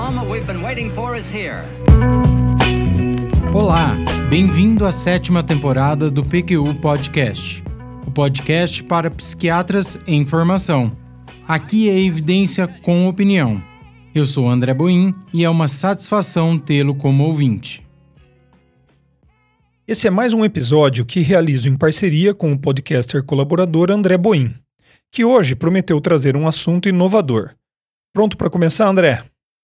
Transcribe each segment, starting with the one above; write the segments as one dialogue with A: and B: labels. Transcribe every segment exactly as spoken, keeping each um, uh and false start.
A: moment we've been waiting for is here.
B: Olá, bem-vindo à sétima temporada do P Q U Podcast, o podcast para psiquiatras em formação. Aqui é evidência com opinião. Eu sou André Boim e é uma satisfação tê-lo como ouvinte.
C: Esse é mais um episódio que realizo em parceria com o podcaster colaborador André Boim, que hoje prometeu trazer um assunto inovador. Pronto para começar, André?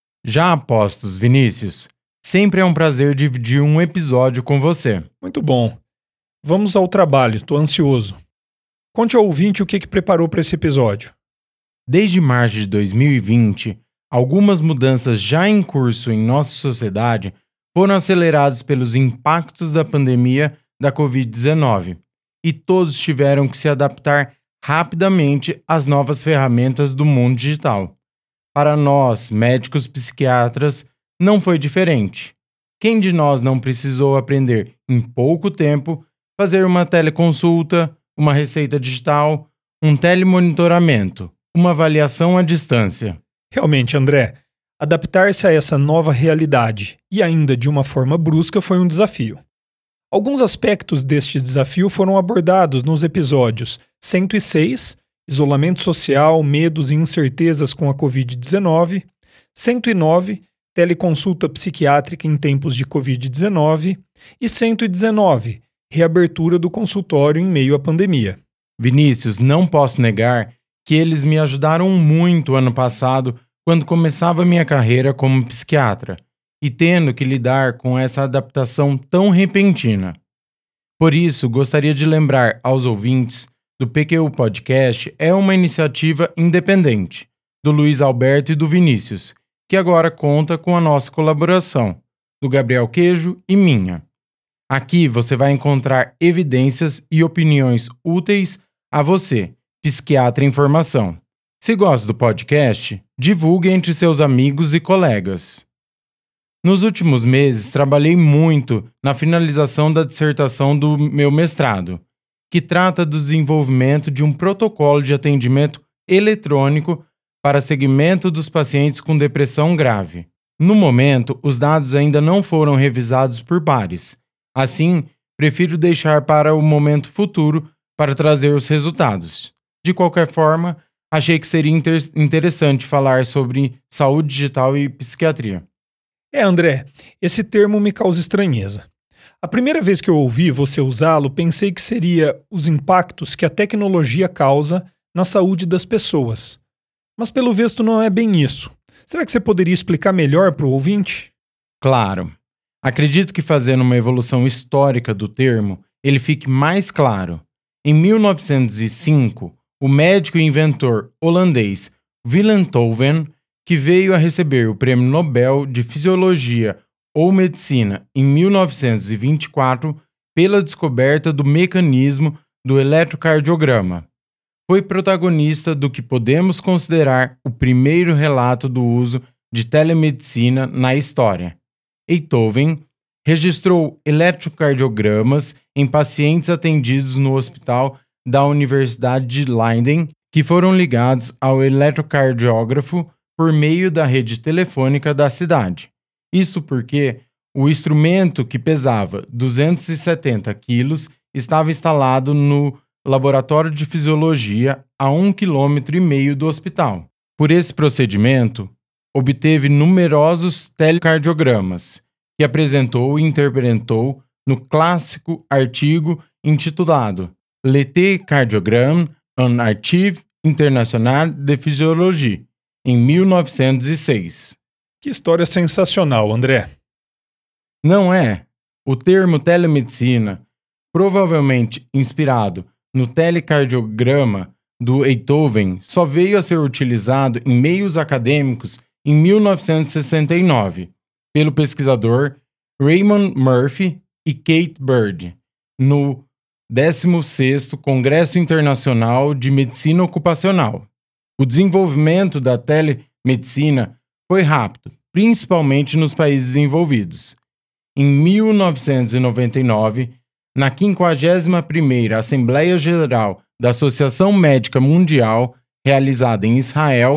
B: Já apostos, Vinícius. Sempre é um prazer dividir um episódio com você.
C: Muito bom. Vamos ao trabalho, estou ansioso. Conte ao ouvinte o que, que preparou para esse episódio.
B: Desde março de dois mil e vinte, algumas mudanças já em curso em nossa sociedade foram aceleradas pelos impactos da pandemia da covid dezenove e todos tiveram que se adaptar rapidamente às novas ferramentas do mundo digital. Para nós, médicos psiquiatras, não foi diferente. Quem de nós não precisou aprender em pouco tempo fazer uma teleconsulta, uma receita digital, um telemonitoramento, uma avaliação à distância?
C: Realmente, André, adaptar-se a essa nova realidade e ainda de uma forma brusca foi um desafio. Alguns aspectos deste desafio foram abordados nos episódios cento e seis, Isolamento Social, Medos e Incertezas com a covid dezenove, cento e nove, Teleconsulta Psiquiátrica em Tempos de covid dezenove e cento e dezenove, Reabertura do Consultório em Meio à Pandemia.
B: Vinícius, não posso negar que eles me ajudaram muito ano passado quando começava minha carreira como psiquiatra e tendo que lidar com essa adaptação tão repentina. Por isso, gostaria de lembrar aos ouvintes do P Q U Podcast é uma iniciativa independente, do Luiz Alberto e do Vinícius, que agora conta com a nossa colaboração, do Gabriel Queijo e minha. Aqui você vai encontrar evidências e opiniões úteis a você, psiquiatra em formação. Se gosta do podcast, divulgue entre seus amigos e colegas. Nos últimos meses, trabalhei muito na finalização da dissertação do meu mestrado, que trata do desenvolvimento de um protocolo de atendimento eletrônico para segmento dos pacientes com depressão grave. No momento, os dados ainda não foram revisados por pares. Assim, prefiro deixar para o momento futuro para trazer os resultados. De qualquer forma, achei que seria inter- interessante falar sobre saúde digital e psiquiatria.
C: É, André, esse termo me causa estranheza. A primeira vez que eu ouvi você usá-lo, pensei que seria os impactos que a tecnologia causa na saúde das pessoas. Mas pelo visto não é bem isso. Será que você poderia explicar melhor para o ouvinte?
B: Claro. Acredito que fazendo uma evolução histórica do termo, ele fique mais claro. Em mil novecentos e cinco, o médico e inventor holandês Willem Tolven, que veio a receber o Prêmio Nobel de Fisiologia ou Medicina em mil novecentos e vinte e quatro pela descoberta do mecanismo do eletrocardiograma, foi protagonista do que podemos considerar o primeiro relato do uso de telemedicina na história. Einthoven registrou eletrocardiogramas em pacientes atendidos no hospital da Universidade de Leiden que foram ligados ao eletrocardiógrafo por meio da rede telefônica da cidade. Isso porque o instrumento, que pesava duzentos e setenta quilos, estava instalado no laboratório de fisiologia a um quilômetro e meio do hospital. Por esse procedimento, obteve numerosos telecardiogramas, que apresentou e interpretou no clássico artigo intitulado L'Electrocardiogramme, un archive international de physiologie, em mil novecentos e seis.
C: Que história sensacional, André.
B: Não é? O termo telemedicina, provavelmente inspirado no telecardiograma do Einthoven, só veio a ser utilizado em meios acadêmicos em mil novecentos e sessenta e nove, pelo pesquisador Raymond Murphy e Kate Bird, no décimo sexto Congresso Internacional de Medicina Ocupacional. O desenvolvimento da telemedicina foi rápido, principalmente nos países desenvolvidos. Em mil novecentos e noventa e nove, na quinquagésima primeira Assembleia Geral da Associação Médica Mundial, realizada em Israel,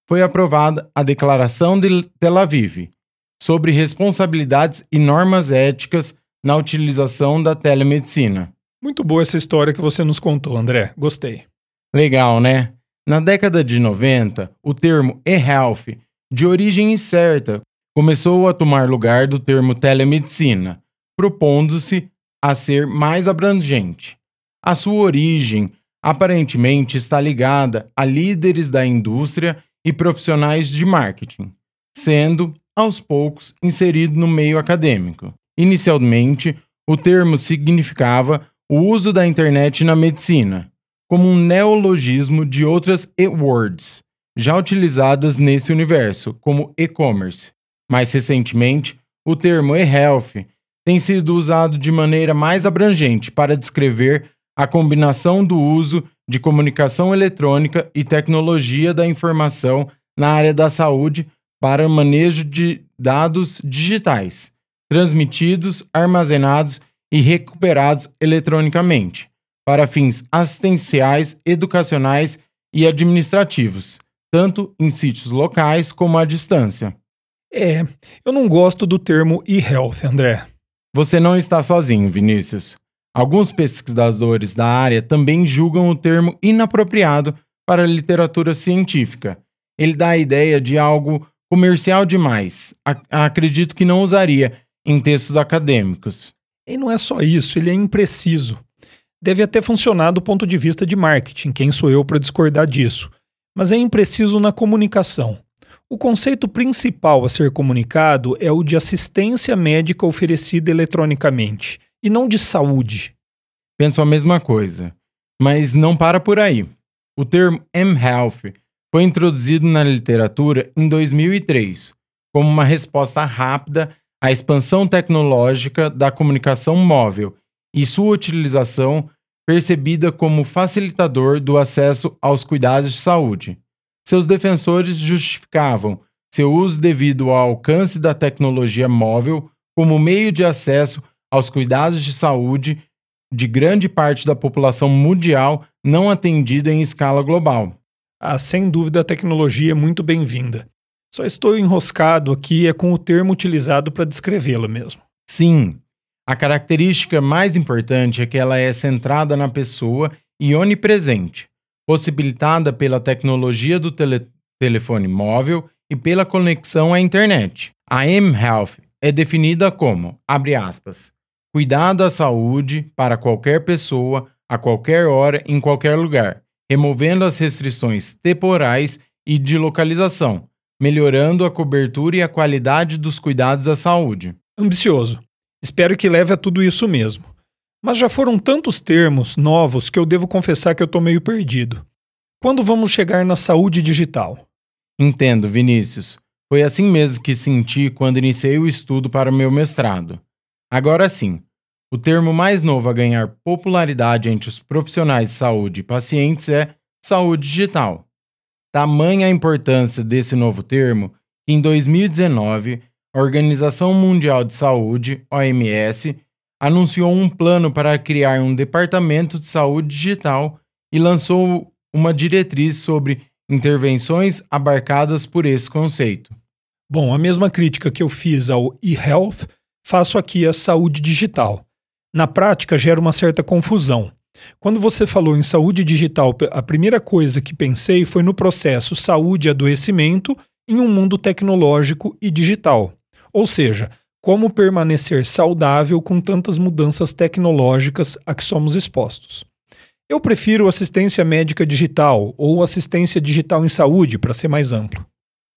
B: foi aprovada a Declaração de Tel Aviv sobre responsabilidades e normas éticas na utilização da telemedicina.
C: Muito boa essa história que você nos contou, André. Gostei.
B: Legal, né? Na década de noventa, o termo e-health, de origem incerta, começou a tomar lugar do termo telemedicina, propondo-se a ser mais abrangente. A sua origem, aparentemente, está ligada a líderes da indústria e profissionais de marketing, sendo, aos poucos, inserido no meio acadêmico. Inicialmente, o termo significava o uso da internet na medicina, como um neologismo de outras e-words, já utilizadas nesse universo, como e-commerce. Mais recentemente, o termo e-health tem sido usado de maneira mais abrangente para descrever a combinação do uso de comunicação eletrônica e tecnologia da informação na área da saúde para o manejo de dados digitais, transmitidos, armazenados e recuperados eletronicamente, para fins assistenciais, educacionais e administrativos, tanto em sítios locais como à distância.
C: É, eu não gosto do termo e-health, André.
B: Você não está sozinho, Vinícius. Alguns pesquisadores da área também julgam o termo inapropriado para a literatura científica. Ele dá a ideia de algo comercial demais. A- acredito que não usaria em textos acadêmicos.
C: E não é só isso, ele é impreciso. Deve até funcionar do ponto de vista de marketing, quem sou eu para discordar disso. Mas é impreciso na comunicação. O conceito principal a ser comunicado é o de assistência médica oferecida eletronicamente, e não de saúde.
B: Penso a mesma coisa, mas não para por aí. O termo mHealth foi introduzido na literatura em dois mil e três, como uma resposta rápida à expansão tecnológica da comunicação móvel e sua utilização percebida como facilitador do acesso aos cuidados de saúde. Seus defensores justificavam seu uso devido ao alcance da tecnologia móvel como meio de acesso aos cuidados de saúde de grande parte da população mundial não atendida em escala global.
C: Ah, sem dúvida a tecnologia é muito bem-vinda. Só estou enroscado aqui é com o termo utilizado para descrevê-la mesmo.
B: Sim, a característica mais importante é que ela é centrada na pessoa e onipresente, possibilitada pela tecnologia do tele- telefone móvel e pela conexão à internet. A mHealth é definida como, abre aspas, cuidado à saúde para qualquer pessoa, a qualquer hora, em qualquer lugar, removendo as restrições temporais e de localização, melhorando a cobertura e a qualidade dos cuidados à saúde.
C: Ambicioso. Espero que leve a tudo isso mesmo. Mas já foram tantos termos novos que eu devo confessar que eu estou meio perdido. Quando vamos chegar na saúde digital?
B: Entendo, Vinícius. Foi assim mesmo que senti quando iniciei o estudo para o meu mestrado. Agora sim, o termo mais novo a ganhar popularidade entre os profissionais de saúde e pacientes é saúde digital. Tamanha a importância desse novo termo que em dois mil e dezenove, a Organização Mundial de Saúde, O M S, anunciou um plano para criar um departamento de saúde digital e lançou uma diretriz sobre intervenções abarcadas por esse conceito.
C: Bom, a mesma crítica que eu fiz ao e-health, faço aqui à saúde digital. Na prática, gera uma certa confusão. Quando você falou em saúde digital, a primeira coisa que pensei foi no processo saúde e adoecimento em um mundo tecnológico e digital. Ou seja, como permanecer saudável com tantas mudanças tecnológicas a que somos expostos. Eu prefiro assistência médica digital ou assistência digital em saúde, para ser mais amplo.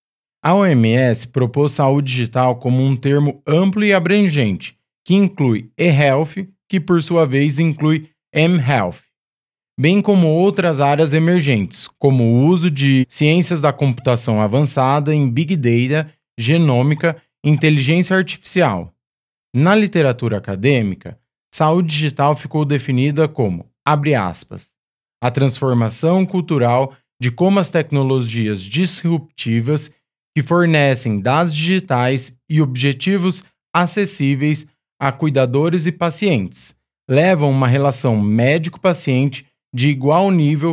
B: A O M S propôs saúde digital como um termo amplo e abrangente, que inclui e-health, que por sua vez inclui mHealth, bem como outras áreas emergentes, como o uso de ciências da computação avançada em Big Data, genômica e inteligência artificial. Na literatura acadêmica, saúde digital ficou definida como, abre aspas, a transformação cultural de como as tecnologias disruptivas que fornecem dados digitais e objetivos acessíveis a cuidadores e pacientes, levam uma relação médico-paciente de igual nível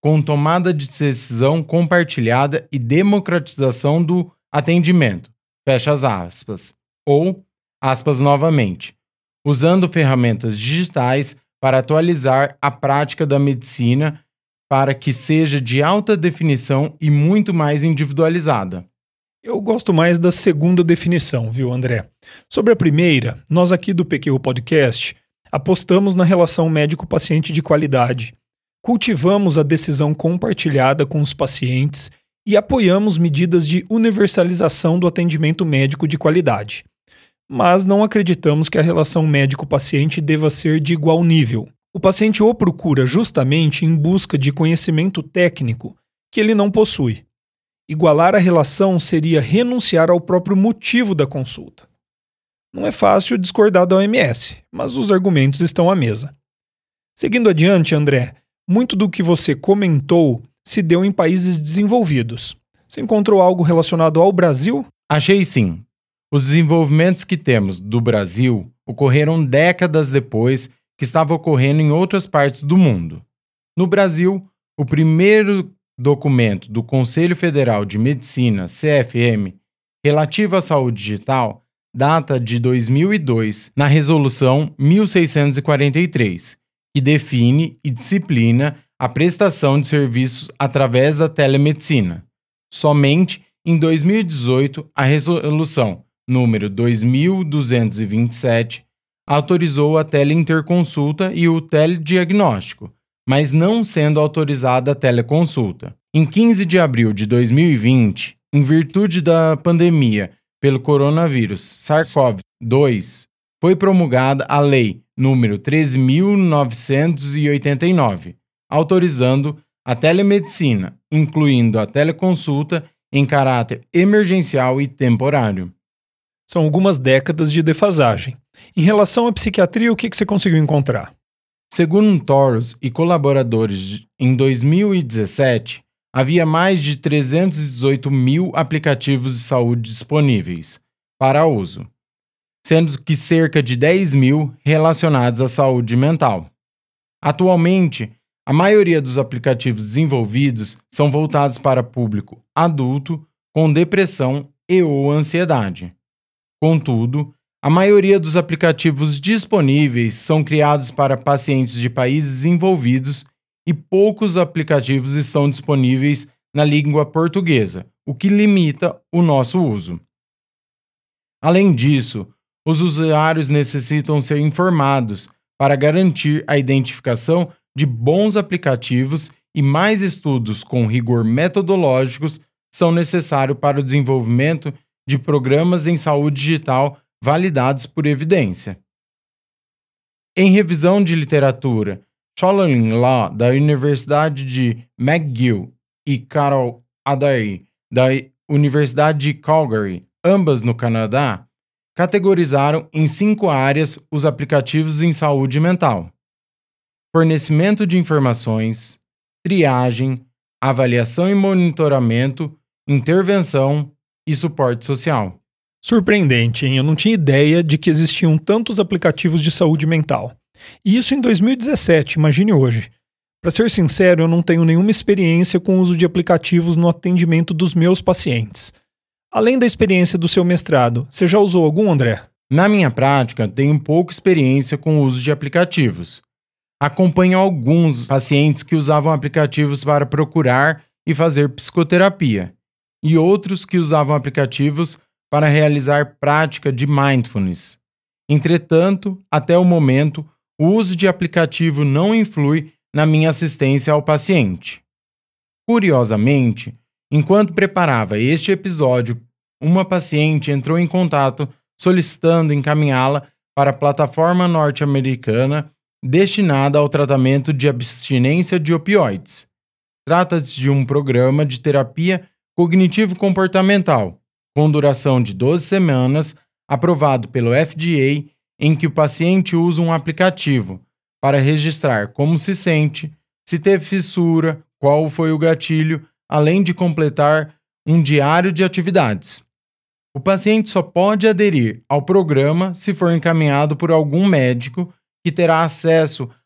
B: com tomada de decisão compartilhada e democratização do atendimento, fecha as aspas, ou, aspas novamente, usando ferramentas digitais para atualizar a prática da medicina para que seja de alta definição e muito mais individualizada.
C: Eu gosto mais da segunda definição, viu, André? Sobre a primeira, nós aqui do P Q Podcast apostamos na relação médico-paciente de qualidade, cultivamos a decisão compartilhada com os pacientes e apoiamos medidas de universalização do atendimento médico de qualidade. Mas não acreditamos que a relação médico-paciente deva ser de igual nível. O paciente o procura justamente em busca de conhecimento técnico que ele não possui. Igualar a relação seria renunciar ao próprio motivo da consulta. Não é fácil discordar da O M S, mas os argumentos estão à mesa. Seguindo adiante, André, muito do que você comentou se deu em países desenvolvidos. Você encontrou algo relacionado ao Brasil?
B: Achei sim. Os desenvolvimentos que temos do Brasil ocorreram décadas depois que estava ocorrendo em outras partes do mundo. No Brasil, o primeiro documento do Conselho Federal de Medicina, C F M, relativo à saúde digital, data de dois mil e dois, na Resolução mil seiscentos e quarenta e três, que define e disciplina a prestação de serviços através da telemedicina. Somente em dois mil e dezoito, a Resolução número dois mil duzentos e vinte e sete autorizou a teleinterconsulta e o telediagnóstico, mas não sendo autorizada a teleconsulta. Em quinze de abril de dois mil e vinte, em virtude da pandemia pelo coronavírus SARS-CoV dois, foi promulgada a Lei número treze mil novecentos e oitenta e nove, autorizando a telemedicina, incluindo a teleconsulta em caráter emergencial e temporário.
C: São algumas décadas de defasagem. Em relação à psiquiatria, o que você conseguiu encontrar?
B: Segundo Torres e colaboradores, em dois mil e dezessete, havia mais de trezentos e dezoito mil aplicativos de saúde disponíveis para uso, sendo que cerca de dez mil relacionados à saúde mental. Atualmente, a maioria dos aplicativos desenvolvidos são voltados para público adulto com depressão e ou ansiedade. Contudo, a maioria dos aplicativos disponíveis são criados para pacientes de países desenvolvidos e poucos aplicativos estão disponíveis na língua portuguesa, o que limita o nosso uso. Além disso, os usuários necessitam ser informados para garantir a identificação de bons aplicativos e mais estudos com rigor metodológicos são necessários para o desenvolvimento de programas em saúde digital validados por evidência. Em revisão de literatura, Sholin Law, da Universidade de McGill, e Carol Adair, da Universidade de Calgary, ambas no Canadá, categorizaram em cinco áreas os aplicativos em saúde mental: fornecimento de informações, triagem, avaliação e monitoramento, intervenção e suporte social.
C: Surpreendente, hein? Eu não tinha ideia de que existiam tantos aplicativos de saúde mental. E isso em dois mil e dezessete, imagine hoje. Para ser sincero, eu não tenho nenhuma experiência com o uso de aplicativos no atendimento dos meus pacientes. Além da experiência do seu mestrado, você já usou algum, André?
B: Na minha prática, tenho pouca experiência com o uso de aplicativos. Acompanho alguns pacientes que usavam aplicativos para procurar e fazer psicoterapia, e outros que usavam aplicativos para realizar prática de mindfulness. Entretanto, até o momento, o uso de aplicativo não influi na minha assistência ao paciente. Curiosamente, enquanto preparava este episódio, uma paciente entrou em contato solicitando encaminhá-la para a plataforma norte-americana destinada ao tratamento de abstinência de opioides. Trata-se de um programa de terapia cognitivo-comportamental, com duração de doze semanas, aprovado pelo F D A, em que o paciente usa um aplicativo para registrar como se sente, se teve fissura, qual foi o gatilho, além de completar um diário de atividades. O paciente só pode aderir ao programa se for encaminhado por algum médico que terá acesso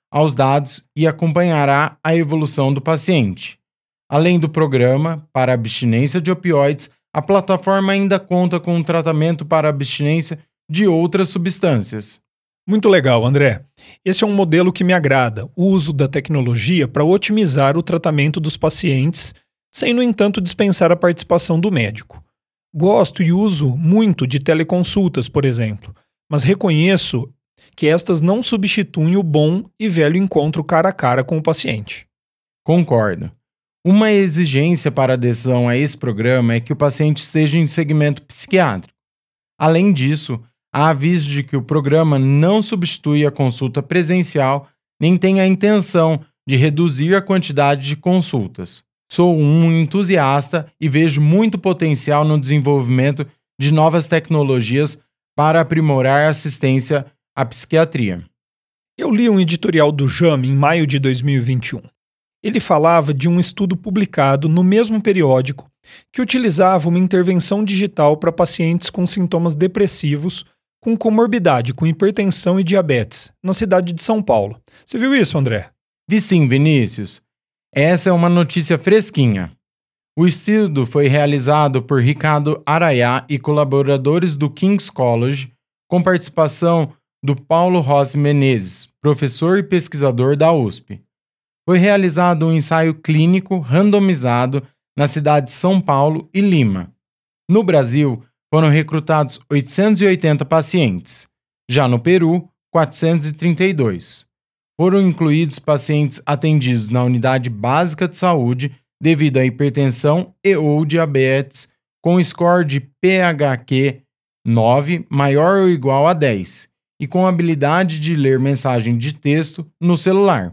B: aos dados e acompanhará a evolução do paciente. Além do programa para abstinência de opioides, a plataforma ainda conta com um tratamento para abstinência de outras substâncias.
C: Muito legal, André. Esse é um modelo que me agrada, o uso da tecnologia para otimizar o tratamento dos pacientes, sem, no entanto, dispensar a participação do médico. Gosto e uso muito de teleconsultas, por exemplo, mas reconheço que estas não substituem o bom e velho encontro cara a cara com o paciente.
B: Concordo. Uma exigência para adesão a esse programa é que o paciente esteja em segmento psiquiátrico. Além disso, há aviso de que o programa não substitui a consulta presencial nem tem a intenção de reduzir a quantidade de consultas. Sou um entusiasta e vejo muito potencial no desenvolvimento de novas tecnologias para aprimorar a assistência à psiquiatria.
C: Eu li um editorial do Jame em maio de dois mil e vinte e um. Ele falava de um estudo publicado no mesmo periódico que utilizava uma intervenção digital para pacientes com sintomas depressivos com comorbidade, com hipertensão e diabetes, na cidade de São Paulo. Você viu isso, André?
B: Vi sim, Vinícius. Essa é uma notícia fresquinha. O estudo foi realizado por Ricardo Arayá e colaboradores do King's College, com participação do Paulo Rossi Menezes, professor e pesquisador da U S P. Foi realizado um ensaio clínico randomizado na cidade de São Paulo e Lima. No Brasil, foram recrutados oitocentos e oitenta pacientes. Já no Peru, quatrocentos e trinta e dois. Foram incluídos pacientes atendidos na unidade básica de saúde devido à hipertensão e ou diabetes com score de P H Q nove maior ou igual a dez e com habilidade de ler mensagem de texto no celular.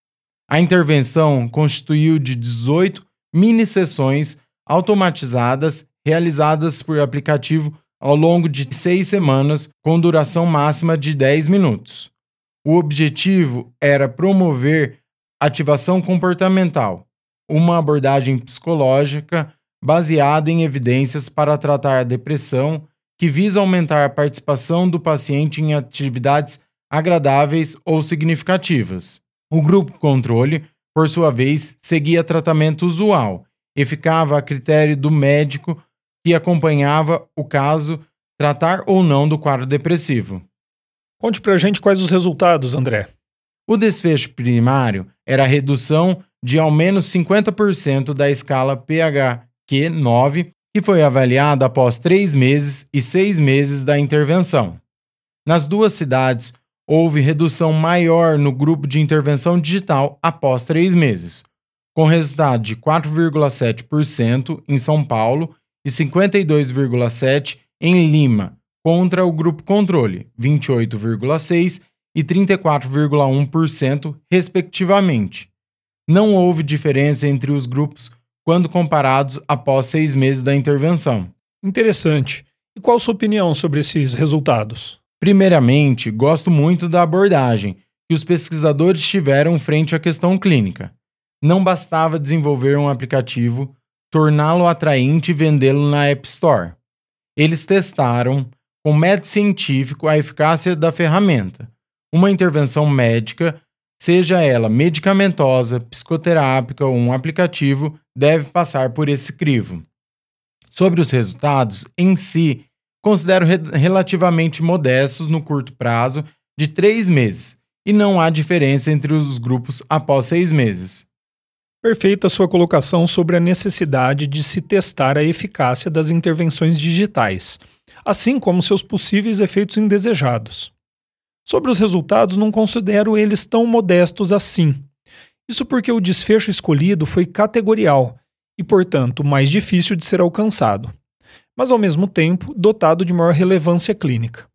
B: A intervenção constituiu de dezoito mini-sessões automatizadas realizadas por aplicativo ao longo de seis semanas, com duração máxima de dez minutos. O objetivo era promover ativação comportamental, uma abordagem psicológica baseada em evidências para tratar a depressão, que visa aumentar a participação do paciente em atividades agradáveis ou significativas. O grupo controle, por sua vez, seguia tratamento usual e ficava a critério do médico que acompanhava o caso tratar ou não do quadro depressivo.
C: Conte pra gente quais os resultados, André.
B: O desfecho primário era a redução de ao menos cinquenta por cento da escala P H Q nove, que foi avaliada após três meses e seis meses da intervenção. Nas duas cidades, houve redução maior no grupo de intervenção digital após três meses, com resultado de quatro vírgula sete por cento em São Paulo e cinquenta e dois vírgula sete por cento em Lima, contra o grupo controle, vinte e oito vírgula seis por cento e trinta e quatro vírgula um por cento, respectivamente. Não houve diferença entre os grupos quando comparados após seis meses da intervenção.
C: Interessante. E qual a sua opinião sobre esses resultados?
B: Primeiramente, gosto muito da abordagem que os pesquisadores tiveram frente à questão clínica. Não bastava desenvolver um aplicativo, torná-lo atraente e vendê-lo na App Store. Eles testaram, com método científico, a eficácia da ferramenta. Uma intervenção médica, seja ela medicamentosa, psicoterápica ou um aplicativo, deve passar por esse crivo. Sobre os resultados em si, considero re- relativamente modestos no curto prazo de três meses, e não há diferença entre os grupos após seis meses.
C: Perfeita sua colocação sobre a necessidade de se testar a eficácia das intervenções digitais, assim como seus possíveis efeitos indesejados. Sobre os resultados, não considero eles tão modestos assim. Isso porque o desfecho escolhido foi categorial e, portanto, mais difícil de ser alcançado, mas ao mesmo tempo dotado de maior relevância clínica.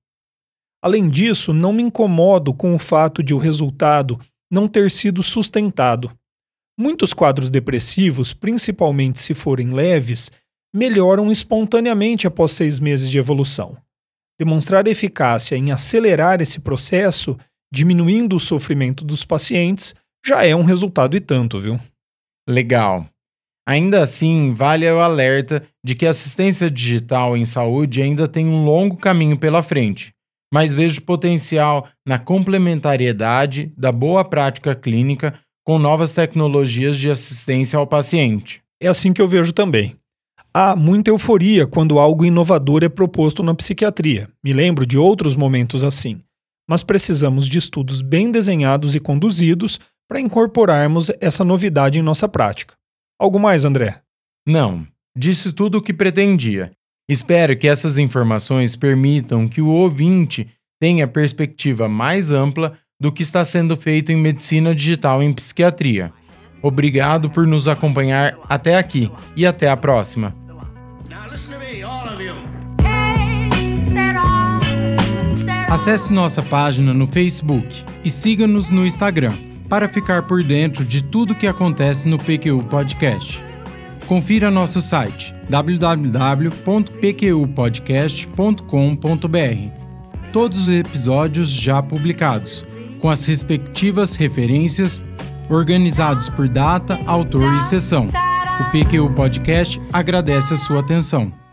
C: Além disso, não me incomodo com o fato de o resultado não ter sido sustentado. Muitos quadros depressivos, principalmente se forem leves, melhoram espontaneamente após seis meses de evolução. Demonstrar eficácia em acelerar esse processo, diminuindo o sofrimento dos pacientes, já é um resultado e tanto, viu?
B: Legal. Ainda assim, vale o alerta de que a assistência digital em saúde ainda tem um longo caminho pela frente, mas vejo potencial na complementariedade da boa prática clínica com novas tecnologias de assistência ao paciente.
C: É assim que eu vejo também. Há muita euforia quando algo inovador é proposto na psiquiatria. Me lembro de outros momentos assim. Mas precisamos de estudos bem desenhados e conduzidos para incorporarmos essa novidade em nossa prática. Algo mais, André?
B: Não, disse tudo o que pretendia. Espero que essas informações permitam que o ouvinte tenha perspectiva mais ampla do que está sendo feito em medicina digital em psiquiatria. Obrigado por nos acompanhar até aqui e até a próxima. Acesse nossa página no Facebook e siga-nos no Instagram para ficar por dentro de tudo que acontece no P Q U Podcast. Confira nosso site w w w ponto p q u podcast ponto com ponto b r. Todos os episódios já publicados, com as respectivas referências, organizados por data, autor e sessão. O P Q U Podcast agradece a sua atenção.